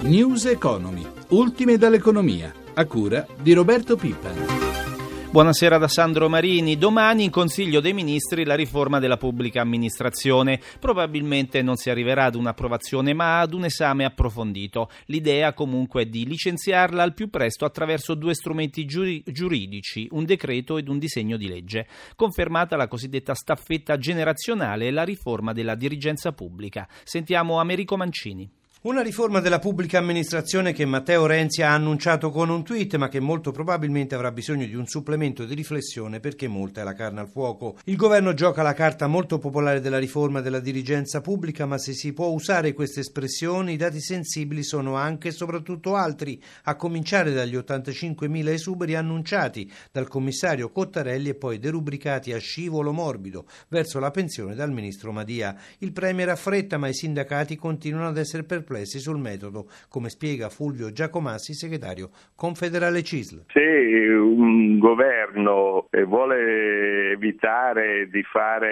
News Economy, ultime dall'economia, a cura di Roberto Pippa. Buonasera da Sandro Marini. Domani in Consiglio dei Ministri la riforma della pubblica amministrazione. Probabilmente non si arriverà ad un'approvazione ma ad un esame approfondito. L'idea comunque è di licenziarla al più presto attraverso due strumenti giuridici, un decreto ed un disegno di legge. Confermata la cosiddetta staffetta generazionale e la riforma della dirigenza pubblica. Sentiamo Americo Mancini. Una riforma della pubblica amministrazione che Matteo Renzi ha annunciato con un tweet, ma che molto probabilmente avrà bisogno di un supplemento di riflessione perché molta è la carne al fuoco. Il governo gioca la carta molto popolare della riforma della dirigenza pubblica, ma se si può usare queste espressioni, i dati sensibili sono anche e soprattutto altri, a cominciare dagli 85.000 esuberi annunciati dal commissario Cottarelli e poi derubricati a scivolo morbido verso la pensione dal ministro Madia. Il premier affretta, ma i sindacati continuano ad essere perplessi sul metodo, come spiega Fulvio Giacomassi, segretario confederale CISL. Se un governo vuole evitare di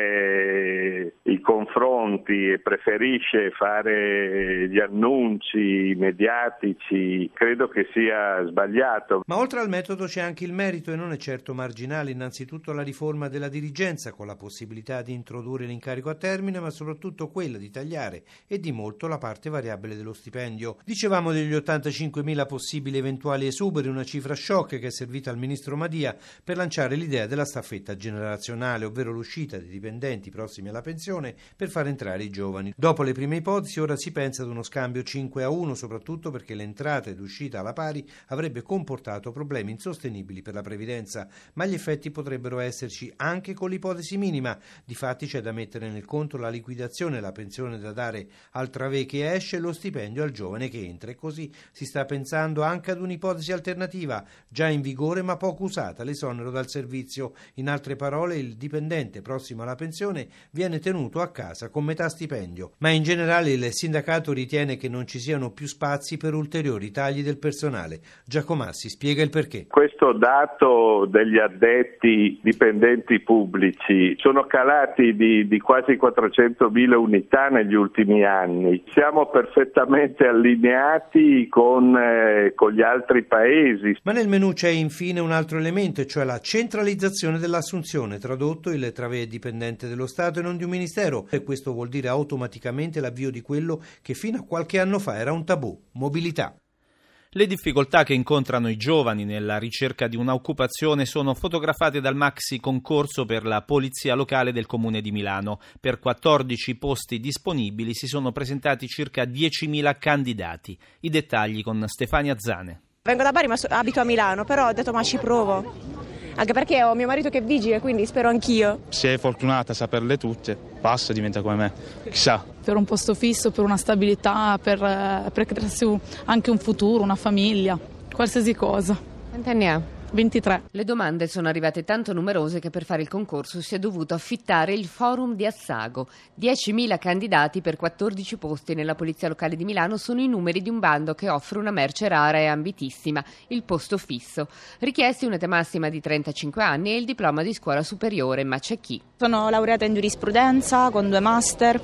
fare i confronti e preferisce fare gli annunci mediatici, credo che sia sbagliato. Ma oltre al metodo c'è anche il merito, e non è certo marginale. Innanzitutto la riforma della dirigenza, con la possibilità di introdurre l'incarico a termine, ma soprattutto quella di tagliare e di molto la parte variabile dello stipendio. Dicevamo degli 85.000 possibili eventuali esuberi, una cifra shock che è servita al ministro Madia per lanciare l'idea della staffetta generazionale, ovvero l'uscita dei dipendenti prossimi alla pensione per far entrare i giovani. Dopo le prime ipotesi ora si pensa ad uno scambio 5-1, soprattutto perché l'entrata ed uscita alla pari avrebbe comportato problemi insostenibili per la previdenza, ma gli effetti potrebbero esserci anche con l'ipotesi minima. Difatti c'è da mettere nel conto la liquidazione e la pensione da dare al travé che esce e lo stipendio al giovane che entra, e così si sta pensando anche ad un'ipotesi alternativa già in vigore ma poco usata, l'esonero dal servizio. In altre parole, il dipendente prossimo alla pensione viene tenuto a casa con metà stipendio. Ma in generale il sindacato ritiene che non ci siano più spazi per ulteriori tagli del personale. Giacomassi spiega il perché. Questo dato degli addetti dipendenti pubblici sono calati di quasi 400.000 unità negli ultimi anni. Siamo perfettamente allineati con gli altri paesi. Ma nel menù c'è infine un altro elemento, e cioè la centralizzazione dell'assunzione. Tradotto, il travé è dipendente dello Stato e non di un ministero, e questo vuol dire automaticamente l'avvio di quello che fino a qualche anno fa era un tabù: mobilità. Le difficoltà che incontrano i giovani nella ricerca di un'occupazione sono fotografate dal maxi concorso per la polizia locale del Comune di Milano. Per 14 posti disponibili si sono presentati circa 10.000 candidati. I dettagli con Stefania Zane. Vengo da Bari ma abito a Milano, però ho detto ma ci provo. Anche perché ho mio marito che è vigile, quindi spero anch'io. Se è fortunata a saperle tutte, passa e diventa come me. Chissà. Per un posto fisso, per una stabilità, per crearsi anche un futuro, una famiglia, qualsiasi cosa. Quanti anni ha? 23. Le domande sono arrivate tanto numerose che per fare il concorso si è dovuto affittare il forum di Assago. 10.000 candidati per 14 posti nella Polizia Locale di Milano sono i numeri di un bando che offre una merce rara e ambitissima, il posto fisso. Richiesti un'età massima di 35 anni e il diploma di scuola superiore, ma c'è chi. Sono laureata in giurisprudenza con 2 master,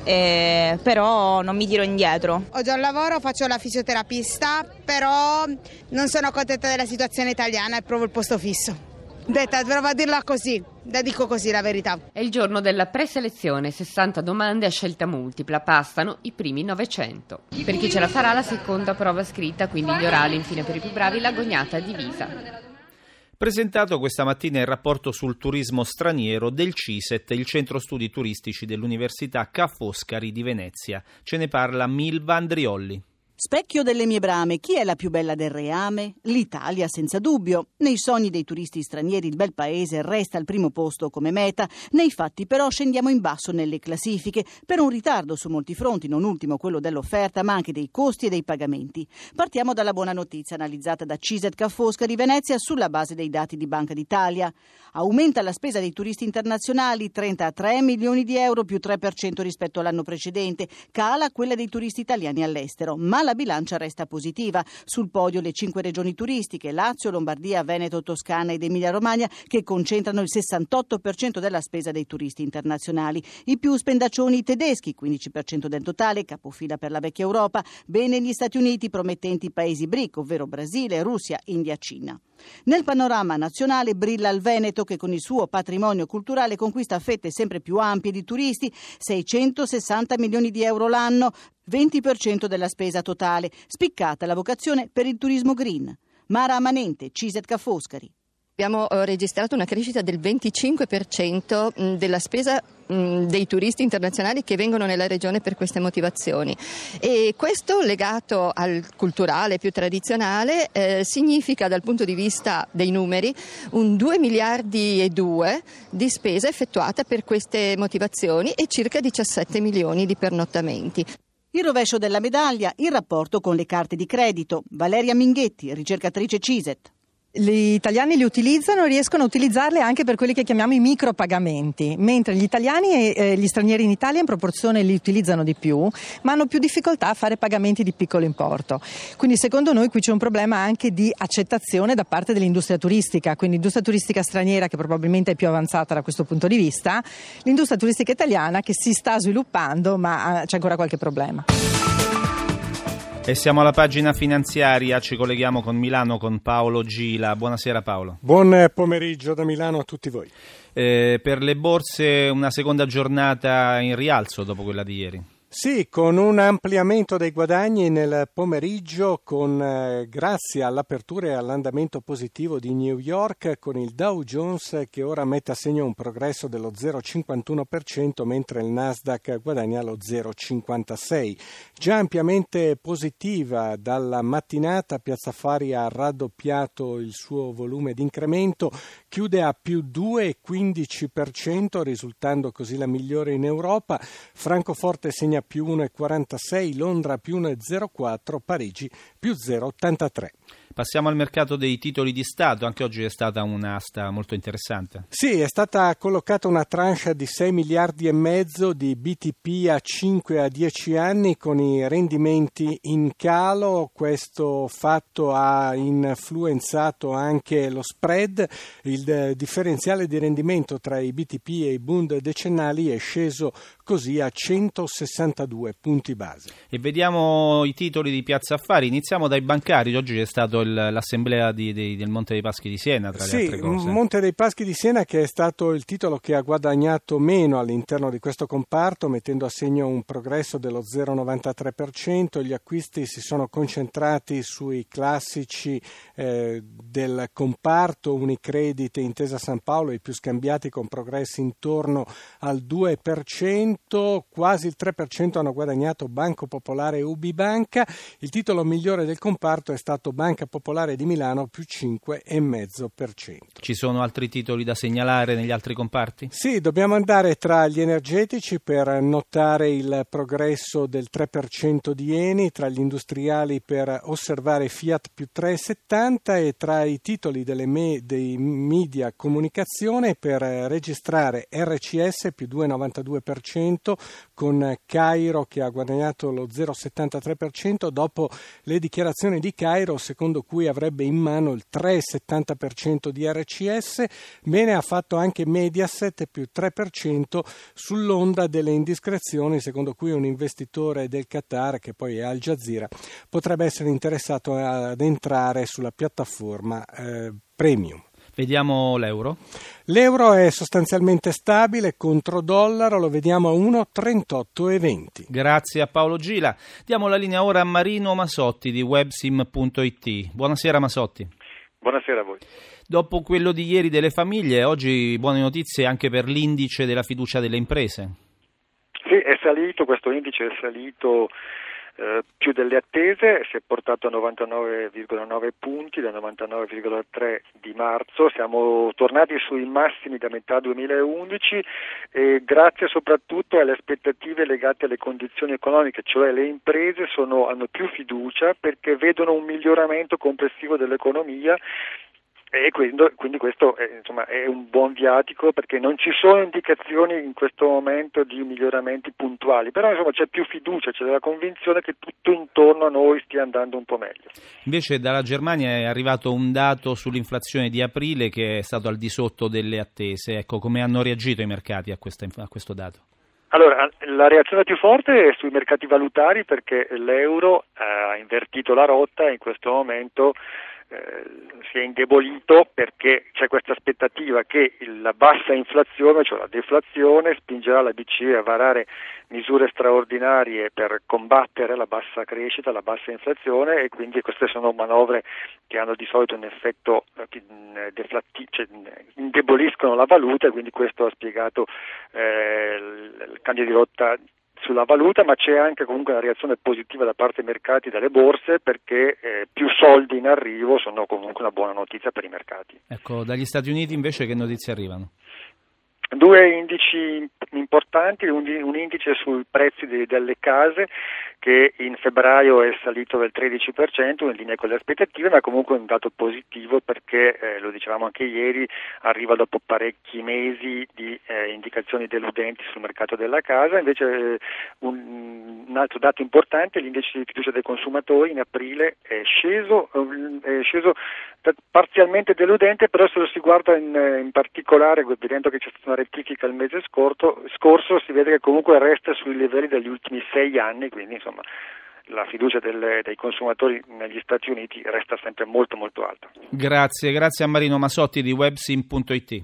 però non mi tiro indietro. Ho già un lavoro, faccio la fisioterapista, però non sono contenta della situazione italiana e provo il posto fisso. Provo a dirla così, la dico così la verità. È il giorno della preselezione, 60 domande a scelta multipla, passano i primi 900. Per chi ce la farà la seconda prova scritta, quindi gli orali, infine per i più bravi la gognata divisa. Presentato questa mattina il rapporto sul turismo straniero del CISET, il centro studi turistici dell'Università Ca' Foscari di Venezia. Ce ne parla Milva Andriolli. Specchio delle mie brame, chi è la più bella del reame? L'Italia, senza dubbio. Nei sogni dei turisti stranieri il bel paese resta al primo posto come meta, nei fatti però scendiamo in basso nelle classifiche per un ritardo su molti fronti, non ultimo quello dell'offerta ma anche dei costi e dei pagamenti. Partiamo dalla buona notizia analizzata da CISET Ca' Foscari Venezia sulla base dei dati di Banca d'Italia. Aumenta la spesa dei turisti internazionali, 33 milioni di euro più 3% rispetto all'anno precedente, cala quella dei turisti italiani all'estero, ma la la bilancia resta positiva. Sul podio le 5 regioni turistiche, Lazio, Lombardia, Veneto, Toscana ed Emilia-Romagna, che concentrano il 68% della spesa dei turisti internazionali. I più spendaccioni i tedeschi, 15% del totale, capofila per la vecchia Europa. Bene gli Stati Uniti, promettenti i paesi BRIC, ovvero Brasile, Russia, India, Cina. Nel panorama nazionale brilla il Veneto, che con il suo patrimonio culturale conquista fette sempre più ampie di turisti, 660 milioni di euro l'anno, 20% della spesa totale. Spiccata la vocazione per il turismo green. Mara Amanente, Ciset Foscari. Abbiamo registrato una crescita del 25% della spesa dei turisti internazionali che vengono nella regione per queste motivazioni, e questo legato al culturale più tradizionale significa dal punto di vista dei numeri un 2 miliardi e 2 di spesa effettuata per queste motivazioni e circa 17 milioni di pernottamenti. Il rovescio della medaglia, il rapporto con le carte di credito. Valeria Minghetti, ricercatrice CISET. Gli italiani li utilizzano e riescono a utilizzarle anche per quelli che chiamiamo i micropagamenti, mentre gli italiani e gli stranieri in Italia in proporzione li utilizzano di più, ma hanno più difficoltà a fare pagamenti di piccolo importo. Quindi secondo noi qui c'è un problema anche di accettazione da parte dell'industria turistica, quindi l'industria turistica straniera che probabilmente è più avanzata da questo punto di vista, l'industria turistica italiana che si sta sviluppando ma c'è ancora qualche problema. E siamo alla pagina finanziaria, ci colleghiamo con Milano con Paolo Gila. Buonasera Paolo. Buon pomeriggio da Milano a tutti voi. Per le borse una seconda giornata in rialzo dopo quella di ieri. Sì, con un ampliamento dei guadagni nel pomeriggio grazie all'apertura e all'andamento positivo di New York, con il Dow Jones che ora mette a segno un progresso dello 0,51%, mentre il Nasdaq guadagna lo 0,56%. Già ampiamente positiva dalla mattinata, Piazza Affari ha raddoppiato il suo volume di incremento, chiude a più 2,15%, risultando così la migliore in Europa. Francoforte segna più 1,46, Londra più 1,04, Parigi più 0,83. Passiamo al mercato dei titoli di Stato, anche oggi è stata un'asta molto interessante. Sì, è stata collocata una tranche di 6 miliardi e mezzo di BTP a 5 a 10 anni con i rendimenti in calo. Questo fatto ha influenzato anche lo spread. Il differenziale di rendimento tra i BTP e i Bund decennali è sceso così a 162 punti base. E vediamo i titoli di Piazza Affari. Iniziamo dai bancari. Oggi è stato l'assemblea del Monte dei Paschi di Siena, tra le altre cose. Sì, Monte dei Paschi di Siena, che è stato il titolo che ha guadagnato meno all'interno di questo comparto, mettendo a segno un progresso dello 0,93%. Gli acquisti si sono concentrati sui classici del comparto, Unicredit e Intesa San Paolo, i più scambiati con progressi intorno al 2%, quasi il 3% hanno guadagnato Banco Popolare e UBI Banca. Il titolo migliore del comparto è stato Banca Popolare di Milano più 5,5%. Ci sono altri titoli da segnalare negli altri comparti? Sì, dobbiamo andare tra gli energetici per notare il progresso del 3% di Eni, tra gli industriali per osservare Fiat più 3,70 e tra i titoli dei media comunicazione per registrare RCS più 2,92%, con Cairo che ha guadagnato lo 0,73% dopo le dichiarazioni di Cairo secondo cui avrebbe in mano il 3,70% di RCS. Bene ha fatto anche Mediaset più 3% sull'onda delle indiscrezioni secondo cui un investitore del Qatar, che poi è Al Jazeera, potrebbe essere interessato ad entrare sulla piattaforma Premium. Vediamo l'euro. L'euro è sostanzialmente stabile contro dollaro, lo vediamo a 1,3820. Grazie a Paolo Gila. Diamo la linea ora a Marino Masotti di websim.it. Buonasera Masotti. Buonasera a voi. Dopo quello di ieri delle famiglie, oggi buone notizie anche per l'indice della fiducia delle imprese. Sì, è salito, questo indice è salito più delle attese, si è portato a 99,9 punti da 99,3 di marzo, siamo tornati sui massimi da metà 2011 e grazie soprattutto alle aspettative legate alle condizioni economiche, cioè le imprese hanno più fiducia perché vedono un miglioramento complessivo dell'economia E quindi questo è un buon viatico, perché non ci sono indicazioni in questo momento di miglioramenti puntuali, però c'è più fiducia, c'è la convinzione che tutto intorno a noi stia andando un po' meglio. Invece dalla Germania è arrivato un dato sull'inflazione di aprile che è stato al di sotto delle attese. Ecco, come hanno reagito i mercati a questo dato? Allora, la reazione più forte è sui mercati valutari, perché l'euro ha invertito la rotta e in questo momento si è indebolito, perché c'è questa aspettativa che la bassa inflazione, cioè la deflazione, spingerà la BCE a varare misure straordinarie per combattere la bassa crescita, la bassa inflazione, e quindi queste sono manovre che hanno di solito un effetto indeboliscono la valuta, e quindi questo ha spiegato il cambio di rotta sulla valuta, ma c'è anche comunque una reazione positiva da parte dei mercati, dalle borse, perché più soldi in arrivo sono comunque una buona notizia per i mercati. Ecco, dagli Stati Uniti invece che notizie arrivano? Due indici importanti, un indice sui prezzi delle case che in febbraio è salito del 13%, in linea con le aspettative, ma comunque un dato positivo, perché lo dicevamo anche ieri, arriva dopo parecchi mesi di indicazioni deludenti sul mercato della casa. Invece un altro dato importante, l'indice di fiducia dei consumatori in aprile è sceso parzialmente deludente, però se lo si guarda in particolare, vedendo che c'è stata una rettifica il mese scorso, si vede che comunque resta sui livelli degli ultimi 6 anni, quindi insomma la fiducia dei consumatori negli Stati Uniti resta sempre molto molto alta. Grazie a Marino Masotti di websim.it.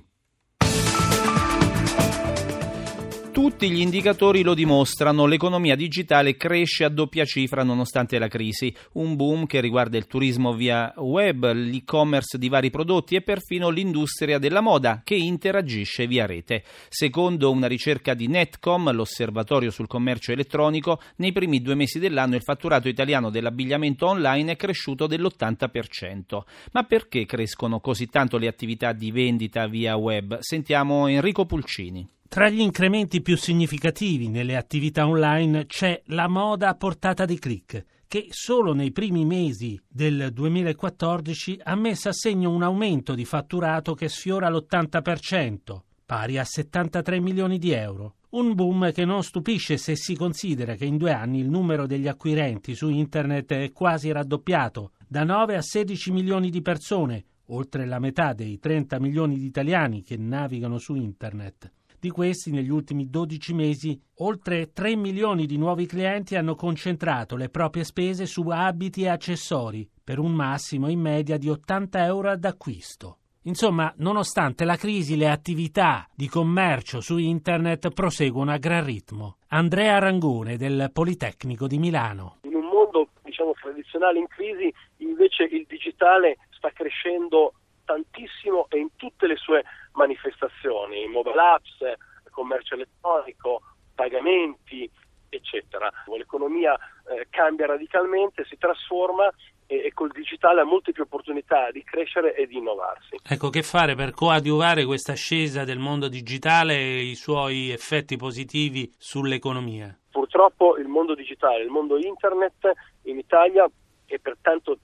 Tutti gli indicatori lo dimostrano, l'economia digitale cresce a doppia cifra nonostante la crisi, un boom che riguarda il turismo via web, l'e-commerce di vari prodotti e perfino l'industria della moda che interagisce via rete. Secondo una ricerca di Netcom, l'osservatorio sul commercio elettronico, nei primi 2 mesi dell'anno il fatturato italiano dell'abbigliamento online è cresciuto dell'80%. Ma perché crescono così tanto le attività di vendita via web? Sentiamo Enrico Pulcini. Tra gli incrementi più significativi nelle attività online c'è la moda a portata di click, che solo nei primi mesi del 2014 ha messo a segno un aumento di fatturato che sfiora l'80%, pari a 73 milioni di euro. Un boom che non stupisce se si considera che in 2 anni il numero degli acquirenti su internet è quasi raddoppiato, da 9 a 16 milioni di persone, oltre la metà dei 30 milioni di italiani che navigano su internet. Di questi, negli ultimi 12 mesi, oltre 3 milioni di nuovi clienti hanno concentrato le proprie spese su abiti e accessori, per un massimo in media di 80 euro ad acquisto. Insomma, nonostante la crisi, le attività di commercio su internet proseguono a gran ritmo. Andrea Rangone, del Politecnico di Milano. In un mondo, tradizionale in crisi, invece il digitale sta crescendo tantissimo e in tutte le sue manifestazioni, mobile apps, commercio elettronico, pagamenti, eccetera. L'economia cambia radicalmente, si trasforma e col digitale ha molte più opportunità di crescere e di innovarsi. Ecco, che fare per coadiuvare questa ascesa del mondo digitale e i suoi effetti positivi sull'economia? Purtroppo il mondo digitale, il mondo internet in Italia e per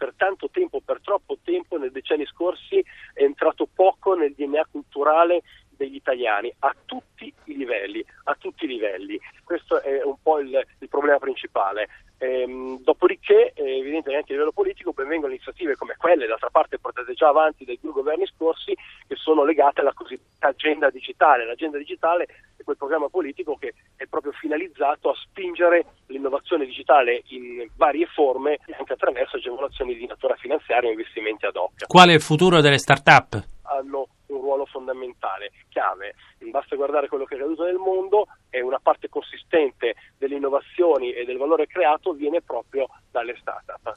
troppo tempo nei decenni scorsi è entrato poco nel DNA culturale degli italiani a tutti i livelli. Questo è un po' il problema principale. Dopodiché, evidentemente anche a livello politico, ben vengono iniziative come quelle, d'altra parte portate già avanti dai 2 governi scorsi, che sono legate alla cosiddetta agenda digitale. L'agenda digitale è quel programma politico che è proprio finalizzato a spingere l'innovazione digitale in varie forme, anche attraverso agevolazioni di natura finanziaria e investimenti ad hoc. Qual è il futuro delle start-up? Hanno un ruolo fondamentale, chiave. Basta guardare quello che è accaduto nel mondo e una parte consistente delle innovazioni e del valore creato viene proprio dalle start-up.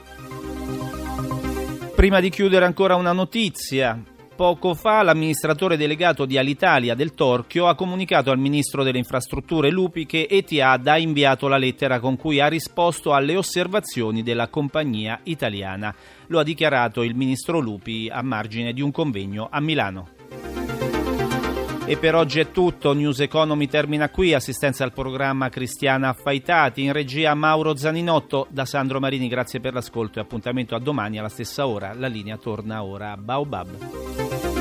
Prima di chiudere ancora una notizia. Poco fa l'amministratore delegato di Alitalia del Torchio ha comunicato al ministro delle infrastrutture Lupi che Etihad ha inviato la lettera con cui ha risposto alle osservazioni della compagnia italiana. Lo ha dichiarato il ministro Lupi a margine di un convegno a Milano. E per oggi è tutto, News Economy termina qui, assistenza al programma Cristiana Affaitati, in regia Mauro Zaninotto, da Sandro Marini grazie per l'ascolto e appuntamento a domani alla stessa ora, la linea torna ora a Baobab.